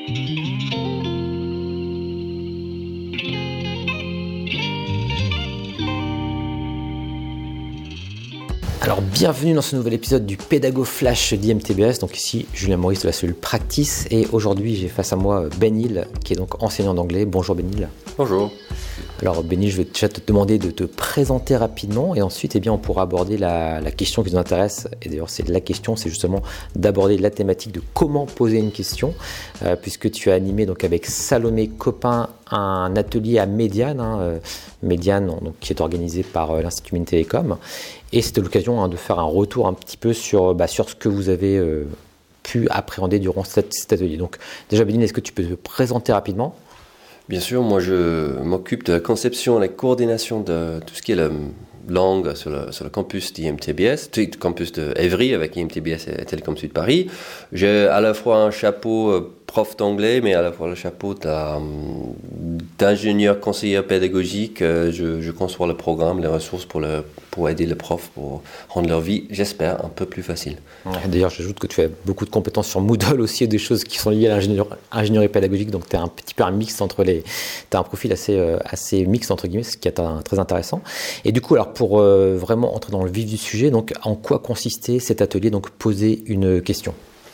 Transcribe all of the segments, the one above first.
Alors bienvenue dans ce nouvel épisode du Pédago Flash d'IMTBS. Donc ici Julien Maurice de la cellule Practice et aujourd'hui j'ai face à moi Ben Hill qui est donc enseignant d'anglais. Bonjour Ben Hill. Bonjour. Alors Ben Hill, je vais déjà te demander de te présenter rapidement et ensuite on pourra aborder la question qui nous intéresse. Et d'ailleurs c'est la question, c'est justement d'aborder la thématique de comment poser une question puisque tu as animé donc avec Salomé Copin un atelier à Médiane, Médiane donc, qui est organisé par l'Institut Mines Télécom. Et c'était l'occasion de faire un retour un petit peu sur ce que vous avez pu appréhender durant cet atelier. Donc déjà Béline, est-ce que tu peux te présenter rapidement ? Bien sûr, moi je m'occupe de la conception et la coordination de tout ce qui est la langue sur le campus d'IMTBS, le campus de Évry avec IMTBS et Télécom Sud Paris. J'ai à la fois un chapeau prof d'anglais, mais à la fois le chapeau d'ingénieur conseiller pédagogique. Je conçois le programme, les ressources pour aider les profs, pour rendre leur vie, j'espère, un peu plus facile. D'ailleurs, j'ajoute que tu as beaucoup de compétences sur Moodle aussi, des choses qui sont liées à l'ingénierie pédagogique, donc tu as un petit peu un mix entre les... Tu as un profil assez mixte, entre guillemets, ce qui est très intéressant. Et du coup, alors pour vraiment entrer dans le vif du sujet, donc en quoi consistait cet atelier, donc poser une question ?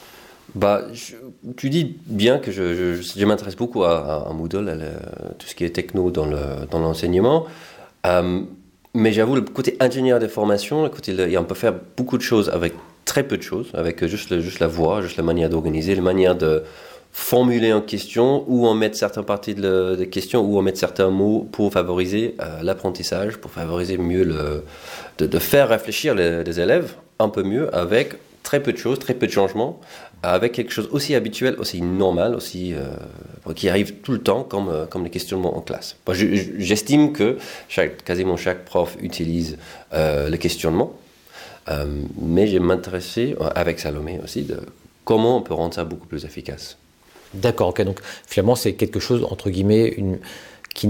Tu dis bien que je m'intéresse beaucoup à Moodle, tout ce qui est techno dans l'enseignement. Mais j'avoue, le côté ingénieur des formations, on peut faire beaucoup de choses avec très peu de choses, avec juste la voix, juste la manière d'organiser, la manière de formuler une question, où on met certaines parties des questions, où on met certains mots pour favoriser l'apprentissage, pour favoriser mieux de faire réfléchir les élèves un peu mieux avec très peu de choses, très peu de changements, avec quelque chose aussi habituel, aussi normal, aussi qui arrive tout le temps, comme les questionnements en classe. J'estime que quasiment chaque prof utilise les questionnements, mais je m'intéressais avec Salomé aussi de comment on peut rendre ça beaucoup plus efficace. D'accord, ok. Donc finalement c'est quelque chose entre guillemets qui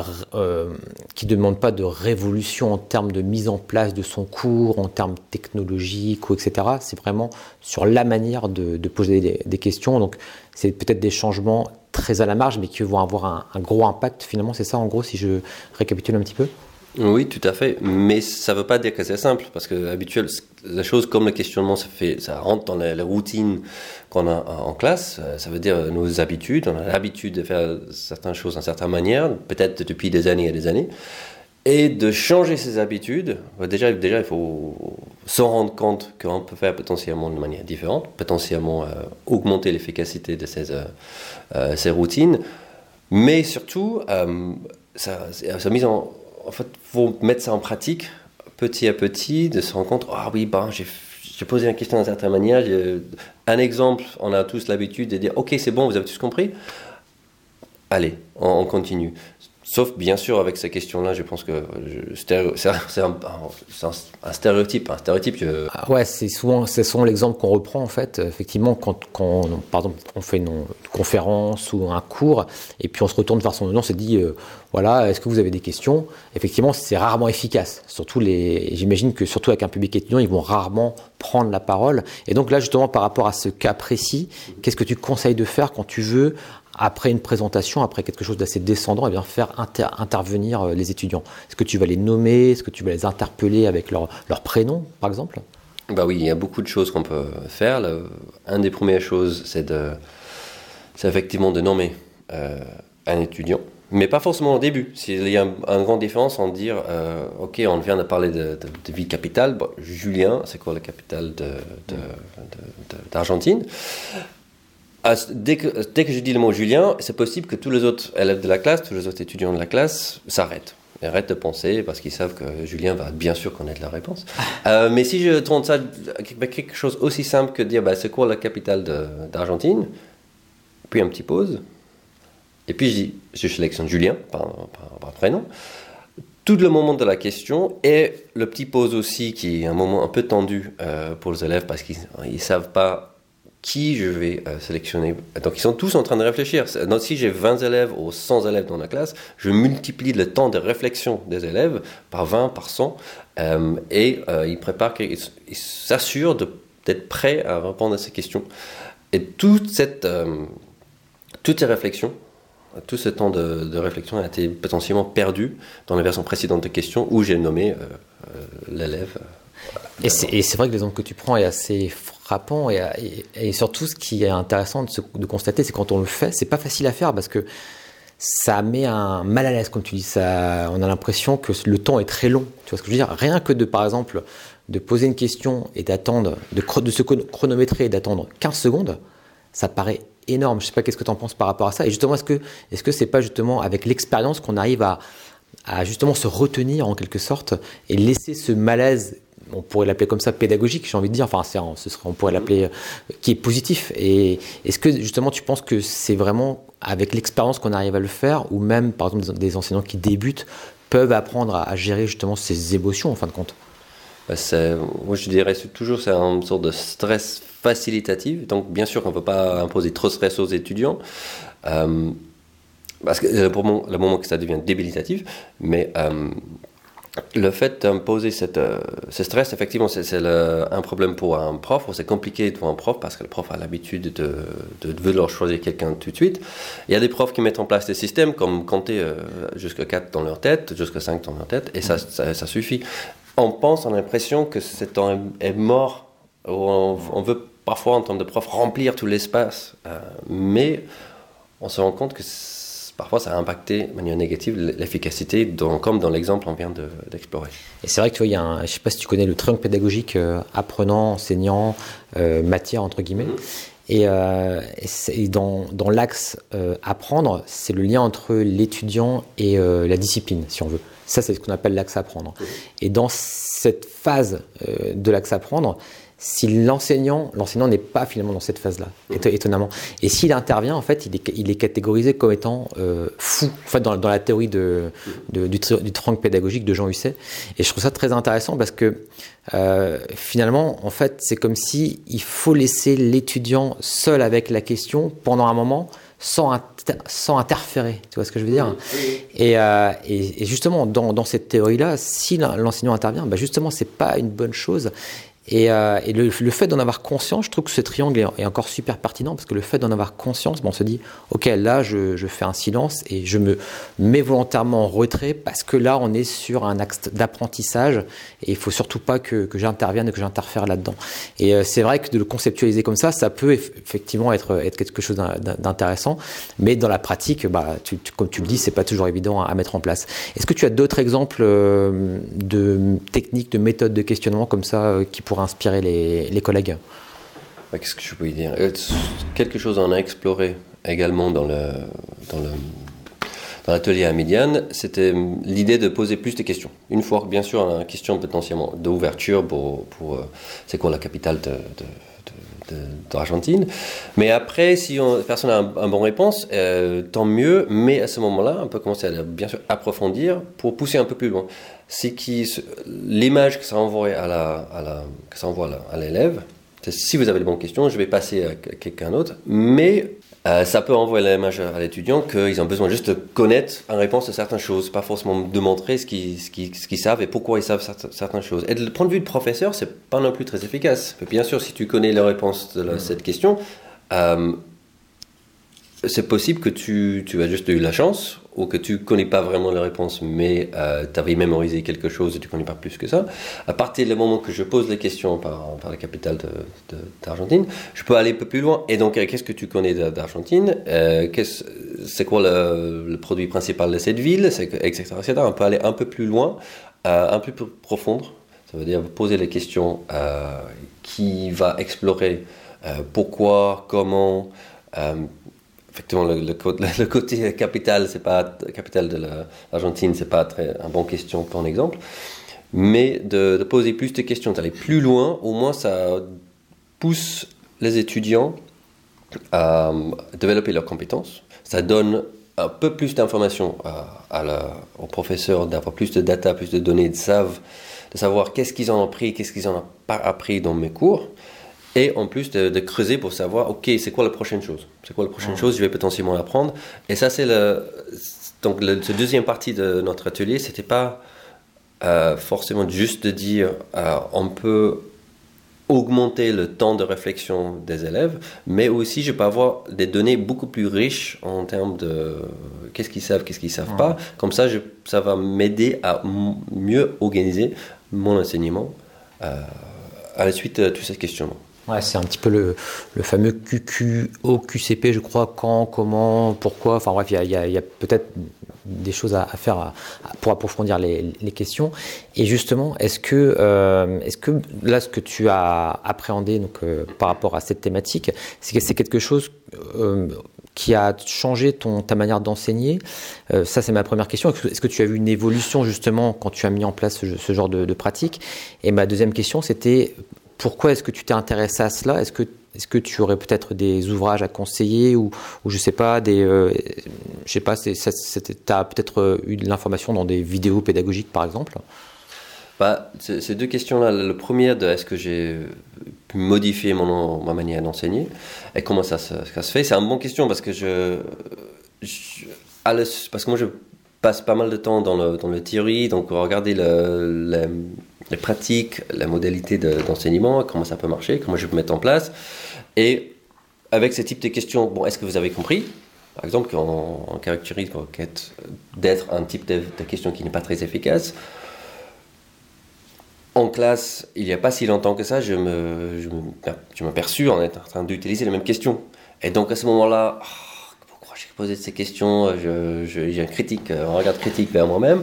demande pas de révolution en termes de mise en place de son cours, en termes technologiques, etc. C'est vraiment sur la manière de poser des questions. Donc, c'est peut-être des changements très à la marge, mais qui vont avoir un gros impact. Finalement, c'est ça, en gros, si je récapitule un petit peu ? Oui, tout à fait. Mais ça ne veut pas dire que c'est simple, parce que habituel, la chose comme le questionnement, ça rentre dans la routine qu'on a en classe. Ça veut dire nos habitudes. On a l'habitude de faire certaines choses d'une certaine manière, peut-être depuis des années et des années. Et de changer ces habitudes, déjà il faut s'en rendre compte qu'on peut faire potentiellement de manière différente, potentiellement augmenter l'efficacité de ces routines. Mais surtout, ça mise en fait, il faut mettre ça en pratique, petit à petit, de se rendre compte, j'ai posé une question d'une certaine manière. Un exemple, on a tous l'habitude de dire, ok, c'est bon, vous avez tous compris. Allez, on continue. Sauf, bien sûr, avec ces questions-là, je pense que c'est un stéréotype. Ouais, c'est souvent l'exemple qu'on reprend, en fait. Effectivement, quand par exemple, on fait une conférence ou un cours, et puis on se retourne vers son audience et dit, voilà, est-ce que vous avez des questions ? Effectivement, c'est rarement efficace. J'imagine que surtout avec un public étudiant, ils vont rarement prendre la parole. Et donc là, justement, par rapport à ce cas précis, qu'est-ce que tu conseilles de faire quand tu veux, après une présentation, après quelque chose d'assez descendant, faire intervenir les étudiants ? Est-ce que tu vas les nommer ? Est-ce que tu vas les interpeller avec leur prénom, par exemple ? Oui, il y a beaucoup de choses qu'on peut faire. Une des premières choses, c'est effectivement de nommer un étudiant, mais pas forcément au début. Il y a une grande différence en dire, ok, on vient de parler de ville capitale. Julien, c'est quoi la capitale d'Argentine ? Dès que je dis le mot Julien, c'est possible que tous les autres élèves de la classe, tous les autres étudiants de la classe s'arrêtent. Ils arrêtent de penser parce qu'ils savent que Julien va bien sûr connaître la réponse. Mais si je tourne ça avec quelque chose aussi simple que de dire c'est quoi la capitale d'Argentine, puis un petit pause, et puis je sélectionne Julien par prénom. Tout le moment de la question et le petit pause aussi qui est un moment un peu tendu pour les élèves parce qu'ils ne savent pas qui je vais sélectionner. Donc, ils sont tous en train de réfléchir. Donc, si j'ai 20 élèves ou 100 élèves dans la classe, je multiplie le temps de réflexion des élèves par 20, par 100, et ils préparent, ils s'assurent d'être prêts à répondre à ces questions. Et tout toutes ces réflexions, tout ce temps de réflexion a été potentiellement perdu dans la version précédente de questions où j'ai nommé l'élève. Et c'est vrai que l'exemple que tu prends est assez frappant et surtout ce qui est intéressant de constater, c'est quand on le fait, c'est pas facile à faire parce que ça met un mal à l'aise, comme tu dis. On a l'impression que le temps est très long. Tu vois ce que je veux dire? Rien que par exemple, de poser une question et d'attendre, de se chronométrer et d'attendre 15 secondes, ça paraît énorme. Je sais pas qu'est-ce que tu en penses par rapport à ça. Et justement, est-ce que c'est pas justement avec l'expérience qu'on arrive à justement se retenir en quelque sorte et laisser ce malaise, on pourrait l'appeler comme ça, pédagogique, j'ai envie de dire, enfin on pourrait l'appeler qui est positif. Et est-ce que justement tu penses que c'est vraiment avec l'expérience qu'on arrive à le faire, ou même par exemple des enseignants qui débutent peuvent apprendre à gérer justement ces émotions en fin de compte? Moi je dirais toujours c'est une sorte de stress facilitatif, donc bien sûr qu'on ne peut pas imposer trop de stress aux étudiants, parce que pour le moment que ça devient débilitatif, mais le fait d'imposer ce stress, effectivement, c'est un problème pour un prof, ou c'est compliqué pour un prof, parce que le prof a l'habitude de vouloir choisir quelqu'un tout de suite. Il y a des profs qui mettent en place des systèmes comme compter jusqu'à 4 dans leur tête, jusqu'à 5 dans leur tête, et ça suffit. On a l'impression que ce temps est mort, on veut parfois, en tant que prof, remplir tout l'espace, mais on se rend compte que parfois ça a impacté de manière négative l'efficacité, comme dans l'exemple qu'on vient d'explorer. Et c'est vrai que tu vois, je ne sais pas si tu connais le triangle pédagogique apprenant, enseignant, matière entre guillemets. Et dans l'axe apprendre, c'est le lien entre l'étudiant et la discipline, si on veut. Ça, c'est ce qu'on appelle l'axe apprendre. Et dans cette phase de l'axe apprendre, si l'enseignant n'est pas finalement dans cette phase-là, étonnamment. Et s'il intervient, en fait, il est catégorisé comme étant fou, en fait, dans la théorie du triangle pédagogique de Jean Husset. Et je trouve ça très intéressant parce que finalement, en fait, c'est comme si il faut laisser l'étudiant seul avec la question pendant un moment, sans interférer, tu vois ce que je veux dire? Et justement, dans cette théorie-là, si l'enseignant intervient, justement, c'est pas une bonne chose. Et le fait d'en avoir conscience, je trouve que ce triangle est encore super pertinent, parce que le fait d'en avoir conscience, on se dit, ok, là je fais un silence et je me mets volontairement en retrait, parce que là on est sur un axe d'apprentissage et il faut surtout pas que j'intervienne et que j'interfère là-dedans. Et c'est vrai que de le conceptualiser comme ça peut effectivement être quelque chose d'intéressant, mais dans la pratique, comme tu le dis, c'est pas toujours évident à mettre en place. Est-ce que tu as d'autres exemples de techniques, de méthodes de questionnement comme ça qui pourraient inspirer les collègues? Qu'est-ce que je peux y dire? Quelque chose qu'on a exploré également dans l'atelier à Médiane, c'était l'idée de poser plus de questions. Une fois, bien sûr, une question potentiellement d'ouverture pour c'est quoi la capitale d'Argentine. Mais après, si personne n'a une bonne réponse, tant mieux. Mais à ce moment-là, on peut commencer à bien sûr approfondir pour pousser un peu plus loin. C'est l'image que ça envoie à l'élève. C'est, si vous avez de bonnes questions, je vais passer à quelqu'un d'autre. Mais ça peut envoyer l'image à l'étudiant qu'ils ont besoin juste de connaître en réponse à certaines choses, pas forcément de montrer ce qu'ils savent et pourquoi ils savent certaines choses. Et du point de vue de professeur, c'est pas non plus très efficace. Bien sûr, si tu connais la réponse de cette question, c'est possible que tu as juste eu la chance, ou que tu ne connais pas vraiment la réponse, mais tu avais mémorisé quelque chose et tu ne connais pas plus que ça. À partir du moment que je pose les questions par la capitale d'Argentine, je peux aller un peu plus loin. Et donc, qu'est-ce que tu connais d'Argentine? C'est quoi le produit principal de cette ville, etc., etc. On peut aller un peu plus loin, un peu plus profond. Ça veut dire poser les questions qui va explorer pourquoi, comment... Effectivement, le côté capitale de l'Argentine, c'est pas une bonne question pour un exemple, mais de poser plus de questions, d'aller plus loin, au moins ça pousse les étudiants à développer leurs compétences. Ça donne un peu plus d'informations aux professeurs, d'avoir plus de data, plus de données, de savoir qu'est-ce qu'ils en ont appris, qu'est-ce qu'ils n'ont pas appris dans mes cours. Et en plus de creuser pour savoir, ok, c'est quoi la prochaine chose? C'est quoi la prochaine chose? Je vais potentiellement l'apprendre. Et ça, c'est donc cette deuxième partie de notre atelier. C'était pas forcément juste de dire, on peut augmenter le temps de réflexion des élèves, mais aussi je peux avoir des données beaucoup plus riches en termes de qu'est-ce qu'ils savent pas. Comme ça, ça va m'aider à mieux organiser mon enseignement à la suite de tous ces questionnements. Ouais, c'est un petit peu le fameux QQO, QCP, je crois, quand, comment, pourquoi. Enfin bref, il y a peut-être des choses à faire pour approfondir les questions. Et justement, est-ce que là, ce que tu as appréhendé donc, par rapport à cette thématique, c'est quelque chose qui a changé ta manière d'enseigner? Ça, c'est ma première question. Est-ce que tu as vu une évolution justement quand tu as mis en place ce genre de pratique? Et ma deuxième question, c'était pourquoi est-ce que tu t'es intéressé à cela? Est-ce que tu aurais peut-être des ouvrages à conseiller ou je sais pas, je sais pas, tu as peut-être eu de l'information dans des vidéos pédagogiques par exemple? Ces deux questions-là, le premier de est-ce que j'ai pu modifier ma manière d'enseigner et comment ça se fait, c'est une bonne question parce que parce que moi je passe pas mal de temps dans la théorie, donc regarder les pratiques, la modalité d'enseignement, comment ça peut marcher, comment je peux mettre en place. Et avec ce type de questions, est-ce que vous avez compris? Par exemple, quand on caractérise d'être un type de question qui n'est pas très efficace. En classe, il n'y a pas si longtemps que ça, je me perçus en être en train d'utiliser les mêmes questions. Et donc à ce moment-là, pourquoi j'ai posé ces questions? J'ai un regard critique vers moi-même.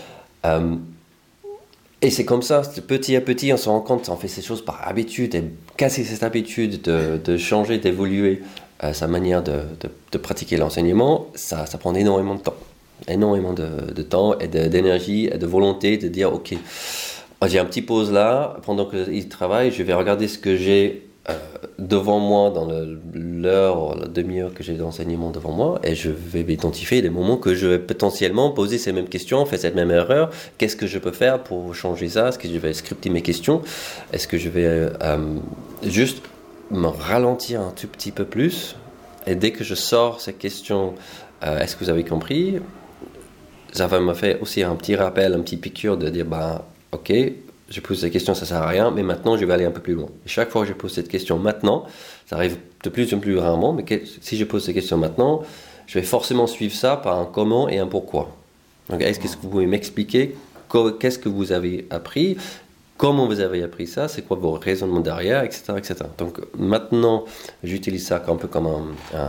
Et c'est comme ça, petit à petit, on se rend compte, on fait ces choses par habitude, et casser cette habitude de changer, d'évoluer sa manière de pratiquer l'enseignement, ça prend énormément de temps. Énormément de temps et d'énergie et de volonté de dire, ok, j'ai un petit pause là, pendant qu'il travaille, je vais regarder ce que j'ai devant moi dans l'heure, la demi-heure que j'ai d'enseignement devant moi, et je vais identifier les moments que je vais potentiellement poser ces mêmes questions, faire cette même erreur. Qu'est-ce que je peux faire pour changer ça? Est-ce que je vais scripter mes questions? Est-ce que je vais juste me ralentir un tout petit peu plus? Et dès que je sors ces questions, est-ce que vous avez compris? Ça me fait aussi un petit rappel, un petit piqûre de dire, ok, je pose cette question, ça ne sert à rien, mais maintenant je vais aller un peu plus loin. Et chaque fois que je pose cette question maintenant, ça arrive de plus en plus rarement, mais si je pose cette question maintenant, je vais forcément suivre ça par un comment et un pourquoi. Donc, est-ce que vous pouvez m'expliquer qu'est-ce que vous avez appris, comment vous avez appris ça, c'est quoi vos raisonnements derrière, etc., etc. Donc maintenant, j'utilise ça un peu comme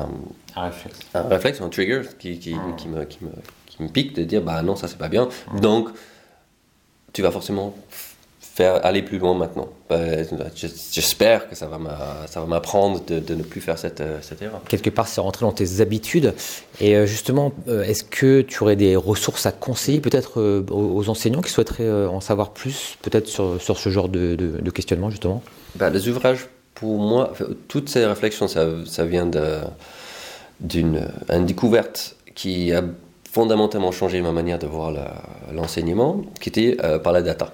un réflexe, un trigger qui me pique de dire non, ça c'est pas bien. Donc tu vas forcément aller plus loin maintenant. J'espère que ça va m'apprendre de ne plus faire cette erreur. Quelque part, c'est rentré dans tes habitudes. Et justement, est-ce que tu aurais des ressources à conseiller peut-être aux enseignants qui souhaiteraient en savoir plus, peut-être sur ce genre de questionnement, justement? Les ouvrages, pour moi, toutes ces réflexions, ça vient d'une découverte qui a fondamentalement changé ma manière de voir l'enseignement, qui était par la data.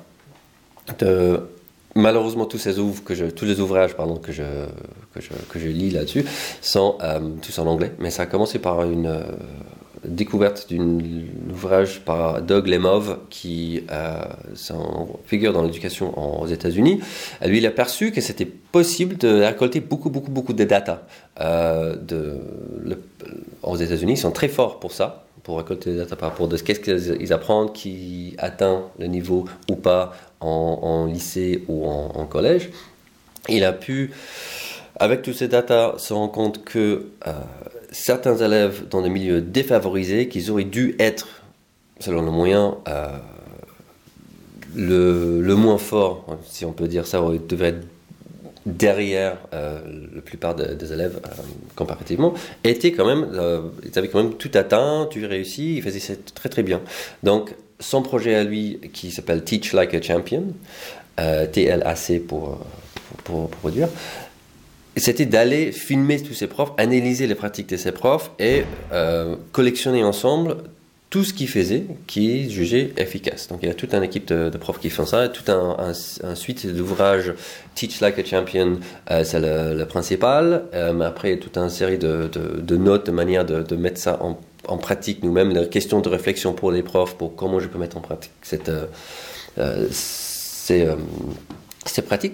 Malheureusement, tous les ouvrages que je lis là-dessus sont tous en anglais, mais ça a commencé par une découverte d'un ouvrage par Doug Lemov, qui figure dans l'éducation aux États-Unis. Lui, il a perçu que c'était possible de récolter beaucoup de data. Aux États-Unis, ils sont très forts pour ça, pour récolter des data par rapport à qu'est-ce qu'ils apprennent, qui atteint le niveau ou pas en lycée ou en collège. Il a pu, avec tous ces data, se rendre compte que certains élèves dans des milieux défavorisés, qu'ils auraient dû être, selon le moyen, le moins fort, si on peut dire ça, devait être derrière la plupart des élèves comparativement, ils avaient quand même tout atteint, tout réussi, ils faisaient ça très très bien. Donc son projet à lui, qui s'appelle Teach Like a Champion, TLAC pour dire, c'était d'aller filmer tous ces profs, analyser les pratiques de ces profs et collectionner ensemble tout ce qu'ils faisaient qui est jugé efficace. Donc il y a toute une équipe de profs qui font ça, tout un suite d'ouvrages. Teach Like a Champion, c'est le principal, mais après il y a toute une série de notes, de manière de mettre ça en pratique nous-mêmes, les questions de réflexion pour les profs, pour comment je peux mettre en pratique ces pratiques.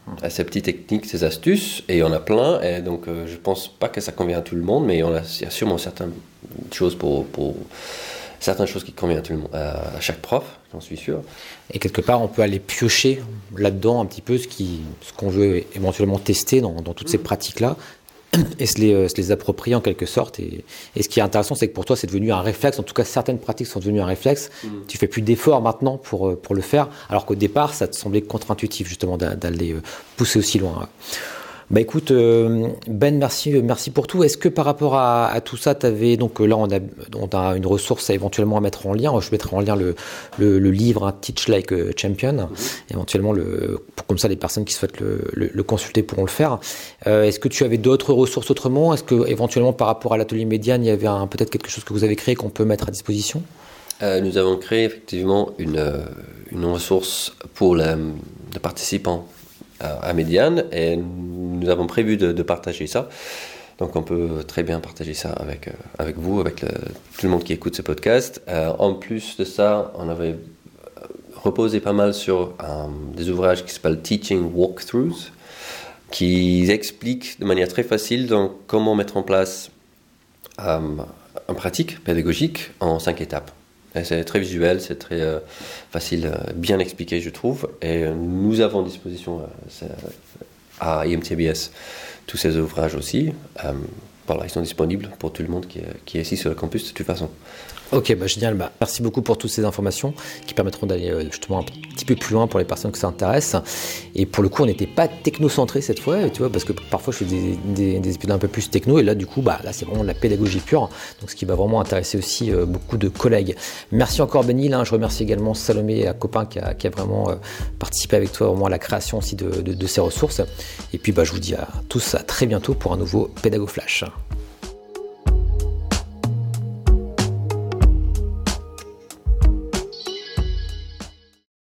ces petites techniques, ces astuces, et il y en a plein, et donc je pense pas que ça convient à tout le monde, mais il y a sûrement certaines choses certaines choses qui conviennent à tout le monde, à chaque prof, j'en suis sûr. Et quelque part, on peut aller piocher là-dedans un petit peu ce qu'on veut éventuellement tester dans toutes ces pratiques-là, et se les approprier en quelque sorte. Et ce qui est intéressant, c'est que pour toi, c'est devenu un réflexe. En tout cas, certaines pratiques sont devenues un réflexe. Tu fais plus d'efforts maintenant pour le faire, alors qu'au départ, ça te semblait contre-intuitif justement d'aller pousser aussi loin. Bah écoute, Ben, merci pour tout. Est-ce que par rapport à tout ça, donc là on a une ressource éventuellement à mettre en lien. Je mettrai en lien le livre Teach Like a Champion. Éventuellement comme ça les personnes qui souhaitent le consulter pourront le faire. Est-ce que tu avais d'autres ressources autrement? Est-ce que éventuellement par rapport à l'atelier Médiane, il y avait peut-être quelque chose que vous avez créé qu'on peut mettre à disposition? Nous avons créé effectivement une ressource pour les participants à Médiane, et nous avons prévu de partager ça. Donc on peut très bien partager ça avec vous, avec tout le monde qui écoute ce podcast. En plus de ça, on avait reposé pas mal sur des ouvrages qui s'appellent Teaching Walkthroughs, qui expliquent de manière très facile donc, comment mettre en place une pratique pédagogique en 5 étapes. Et c'est très visuel, c'est très facile, bien expliqué, je trouve. Et nous avons à disposition à IMTBS tous ces ouvrages aussi. Voilà, ils sont disponibles pour tout le monde qui est ici sur le campus de toute façon. Ok, génial. Merci beaucoup pour toutes ces informations qui permettront d'aller justement un petit peu plus loin pour les personnes que ça intéresse. Et pour le coup, on n'était pas technocentré cette fois, tu vois, parce que parfois je fais des épisodes un peu plus techno, et là du coup, là c'est vraiment de la pédagogie pure, donc ce qui va vraiment intéresser aussi beaucoup de collègues. Merci encore Benny. Je remercie également Salomé, un copain qui a vraiment participé avec toi vraiment à la création aussi de ces ressources. Et puis je vous dis à tous à très bientôt pour un nouveau Pédago Flash.